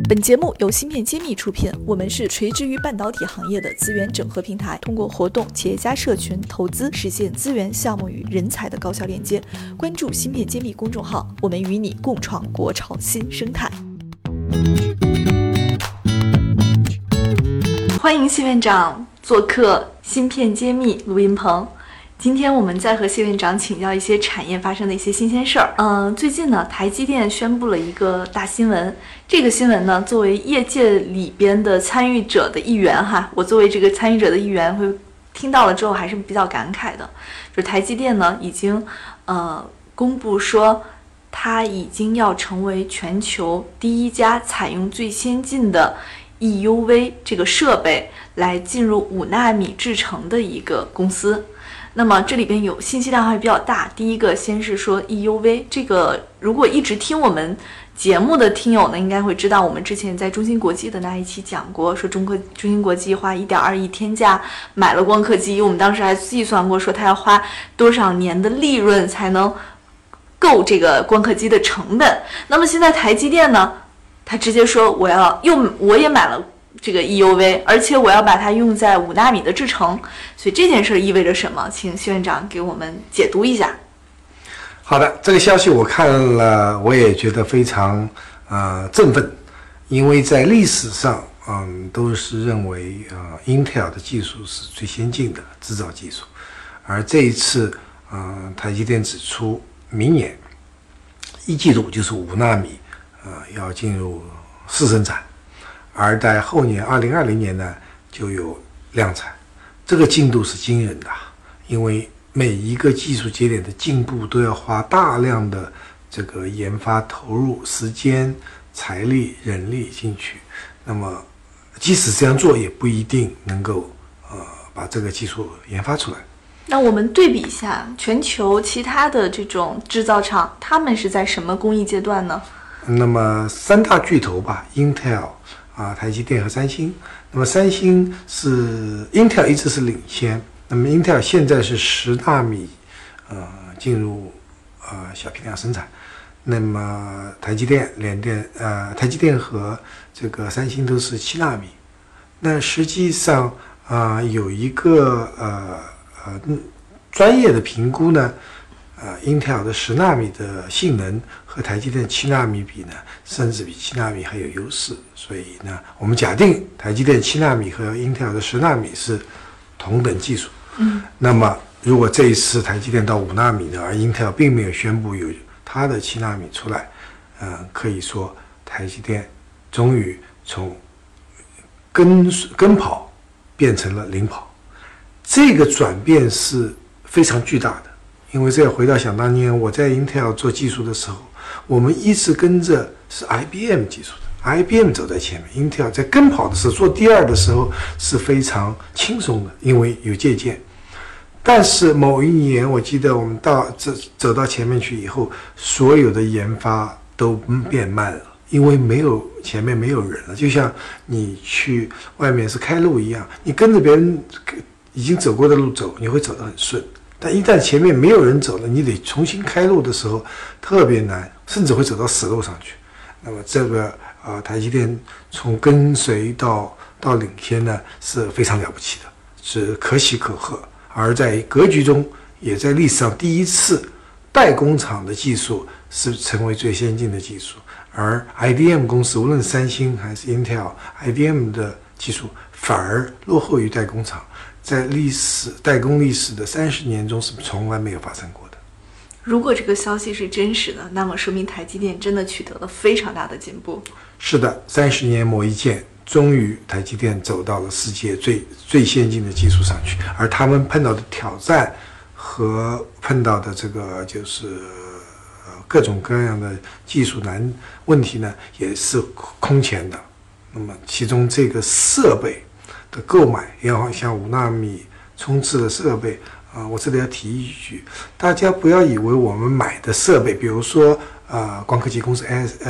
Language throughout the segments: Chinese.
本节目由芯片揭秘出品，我们是垂直于半导体行业的资源整合平台，通过活动、企业家社群、投资，实现资源、项目与人才的高效链接。关注芯片揭秘公众号，我们与你共创国潮新生态。欢迎谢院长做客芯片揭秘录音棚。今天我们在和谢院长请教一些产业发生的一些新鲜事儿。最近呢，台积电宣布了一个大新闻。这个新闻呢，作为业界里边的参与者的一员我作为这个参与者的一员，会听到了之后还是比较感慨的。就是台积电呢，已经公布说，它已经要成为全球第一家采用最先进的 EUV 这个设备来进入5纳米制程的一个公司。那么这里边有信息量还比较大。第一个先是说 EUV 这个，如果一直听我们节目的听友呢，应该会知道我们之前在中芯国际的那一期讲过，说中芯国际花1.2亿天价买了光刻机，我们当时还计算过说它要花多少年的利润才能够这个光刻机的成本。那么现在台积电呢，他直接说我也买了这个 EUV， 而且我要把它用在5纳米的制程。所以这件事意味着什么？请谢院长给我们解读一下。 好的，这个消息我看了，我也觉得非常振奋，因为在历史上都是认为Intel 的技术是最先进的制造技术，而这一次台积电指出明年一季度就是5纳米要进入试生产，而在后年2020年呢就有量产。这个进度是惊人的，因为每一个技术节点的进步都要花大量的这个研发投入时间、财力、人力进去。那么即使这样做也不一定能够把这个技术研发出来。 那我们对比一下全球其他的这种制造厂，他们是在什么工艺阶段呢？ 那么三大巨头吧， Intel、台积电和三星。那么三星是 Intel 一直是领先，那么 Intel 现在是10纳米进入小批量生产。那么台积电和这个三星都是7纳米。那实际上有一个专业的评估呢，Intel 的10纳米的性能和台积电7纳米比呢，甚至比7纳米还有优势。所以呢，我们假定台积电7纳米和 Intel 的10纳米是同等技术。那么如果这一次台积电到5纳米呢，而 Intel 并没有宣布有它的7纳米出来，可以说台积电终于从跟跑变成了领跑。这个转变是非常巨大的。因为这要回到想当年我在 Intel 做技术的时候，我们一直跟着是 IBM 技术的， IBM 走在前面， Intel 在跟跑的时候做第二的时候是非常轻松的，因为有借鉴。但是某一年我记得我们走到前面去以后，所有的研发都变慢了，因为前面没有人了，就像你去外面是开路一样，你跟着别人已经走过的路走，你会走得很顺。但一旦前面没有人走了，你得重新开路的时候特别难，甚至会走到死路上去。那么这个台积电从跟随到领先呢，是非常了不起的，是可喜可贺。而在格局中，也在历史上第一次代工厂的技术是成为最先进的技术，而 IDM 公司无论三星还是 Intel，IDM 的技术反而落后于代工厂。在代工历史的30年中是从来没有发生过的。 如果这个消息是真实的，那么说明台积电真的取得了非常大的进步。 是的，30年磨一剑，终于台积电走到了世界最先进的技术上去。而他们碰到的挑战和碰到的这个就是各种各样的技术问题呢，也是空前的。那么其中这个设备的购买，要像5纳米冲刺的设备我这里要提一句，大家不要以为我们买的设备，比如说光刻机公司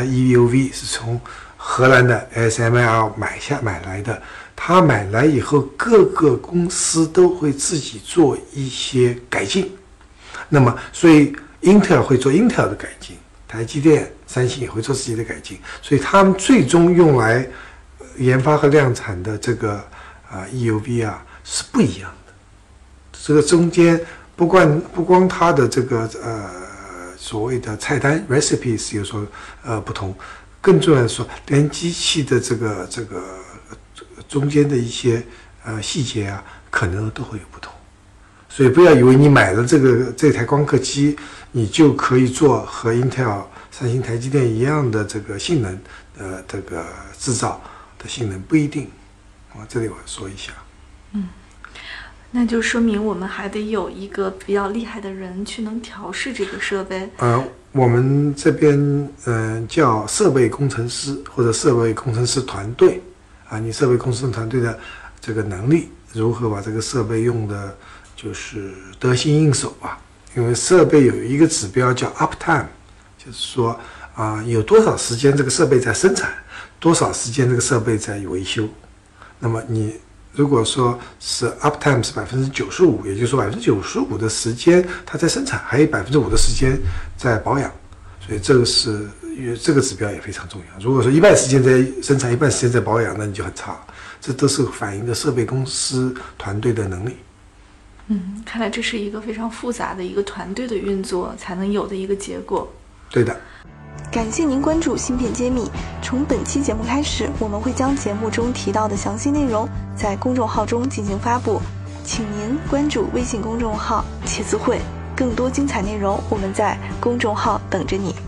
EUV 是从荷兰的 ASML 买来的，他买来以后各个公司都会自己做一些改进。那么所以 Intel 会做 Intel 的改进， 台积电、三星也会做自己的改进，所以他们最终用来研发和量产的这个EUV 是不一样的。这个中间不光它的这个所谓的菜单 recipes 有所不同，更重要的说，连机器的这个中间的一些细节可能都会有不同。所以不要以为你买了这台光刻机，你就可以做和 Intel、三星、台积电一样的这个性能这个制造的性能不一定。这里我说一下。 那就说明我们还得有一个比较厉害的人去能调试这个设备。 我们这边叫设备工程师或者设备工程师团队你设备工程师团队的这个能力如何把这个设备用的就是得心应手吧。因为设备有一个指标叫 uptime， 就是说有多少时间这个设备在生产，多少时间这个设备在维修。那么你如果说是 uptime 是95%，也就是说95%的时间它在生产，还有5%的时间在保养，所以这个指标也非常重要。如果说一半时间在生产，一半时间在保养，那你就很差了。这都是反映的设备公司团队的能力。 看来这是一个非常复杂的一个团队的运作才能有的一个结果。 对的。 感谢您关注芯片揭秘。从本期节目开始，我们会将节目中提到的详细内容在公众号中进行发布，请您关注微信公众号茄子会，更多精彩内容我们在公众号等着你。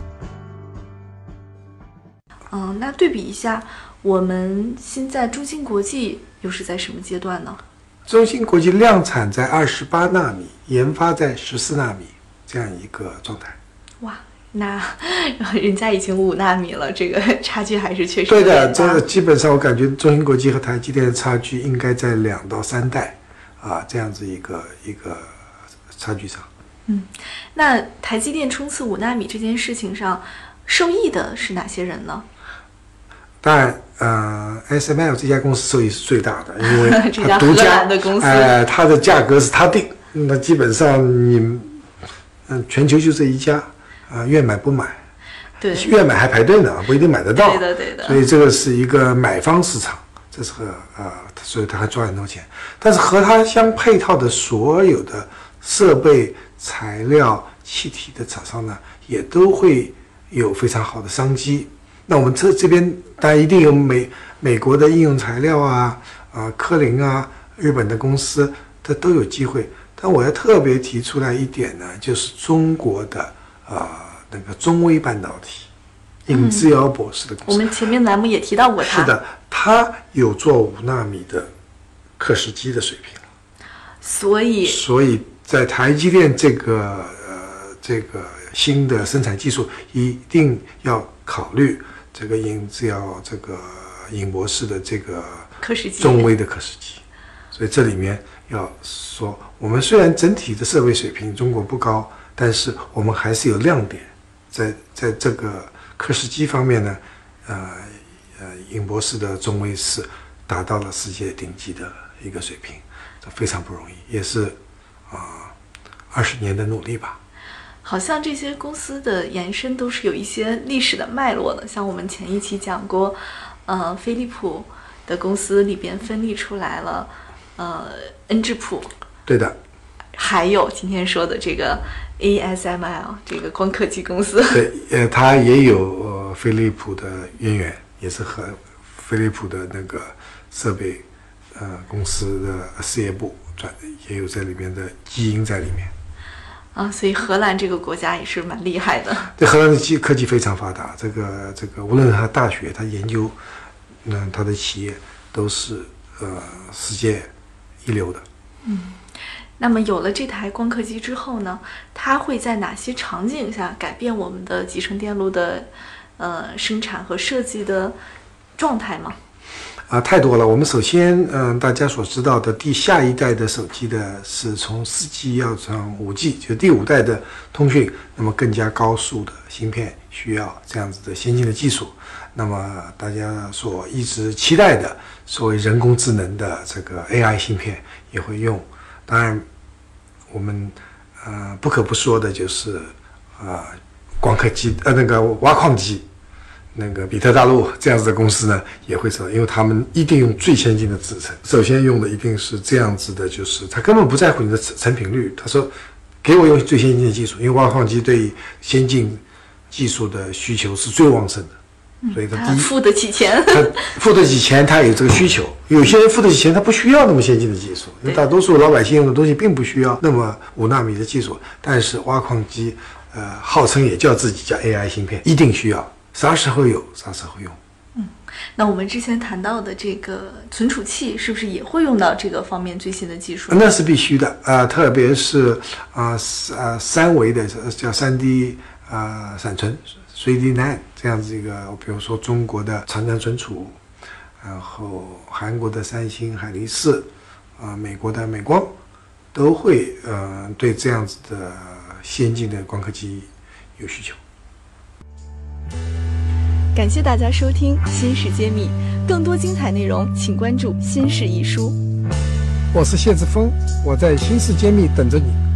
那对比一下，我们现在中芯国际又是在什么阶段呢？ 中芯国际量产在28纳米，研发在14纳米这样一个状态。 哇，那人家已经5纳米了，这个差距还是确实对的。这个基本上我感觉中芯国际和台积电的差距应该在2到3代这样子一个差距上。 那台积电冲刺5纳米这件事情上，受益的是哪些人呢？ 当然，SML 这家公司收益是最大的，因为它独家的公司， 它的价格是它定，那基本上你全球就这一家愿买不买， 对， 愿买还排队呢，不一定买得到。 对的。 所以这个是一个买方市场，这是所以它还赚很多钱。但是和它相配套的所有的设备、材料、气体的厂商呢，也都会有非常好的商机。那我们这边当然一定有美国的应用材料科林日本的公司，它都有机会。但我要特别提出来一点呢，就是中国的那个中微半导体，尹志尧博士的公司。 我们前面栏目也提到过他。 是的，他有做5纳米的刻蚀机的水平了。 所以在台积电这个新的生产技术，一定要考虑这个尹博士的这个刻蚀机， 中微的刻蚀机。所以这里面要说，我们虽然整体的设备水平中国不高，但是我们还是有亮点，在这个刻蚀机方面呢，尹博士的中微是达到了世界顶级的一个水平，这非常不容易，也是20年的努力吧。 好像这些公司的延伸都是有一些历史的脉络的，像我们前一期讲过，飞利浦的公司里边分立出来了，恩智浦， 对的， 还有今天说的这个 ASML 这个光刻机公司， 对，它也有飞利浦的渊源，也是和飞利浦的那个设备公司的事业部也有在里面的基因在里面。 所以荷兰这个国家也是蛮厉害的。 对，荷兰的科技非常发达，这个无论是他大学，他研究，他的企业都是世界一流的。 那么有了这台光刻机之后呢，它会在哪些场景下改变我们的集成电路的生产和设计的状态吗？ 太多了。我们首先，大家所知道的下一代的手机的是从4G 要上5G，就第5代的通讯，那么更加高速的芯片需要这样子的先进的技术。那么大家所一直期待的所谓人工智能的这个 AI 芯片也会用。当然，我们不可不说的就是光刻机那个挖矿机，那个比特大陆这样子的公司呢也会受，因为他们一定用最先进的制程，首先用的一定是这样子的，就是他根本不在乎你的成品率，他说给我用最先进的技术，因为挖矿机对先进技术的需求是最旺盛的。所以他付得起钱， 他付得起钱，他有这个需求。有些人付得起钱，他不需要那么先进的技术，因为大多数老百姓用的东西并不需要那么5纳米的技术。但是挖矿机，号称也叫自己叫 AI 芯片，一定需要，啥时候有啥时候用。 那我们之前谈到的这个存储器，是不是也会用到这个方面最新的技术？ 那是必须的特别是3维的叫3D 闪存。3D NAND 这样子一个，比如说中国的长江存储，然后韩国的三星、海力士，美国的美光，都会对这样子的先进的光刻机有需求。 感谢大家收听《新事揭秘》，更多精彩内容请关注《新事一书》。 我是谢志峰，我在新事揭秘等着你。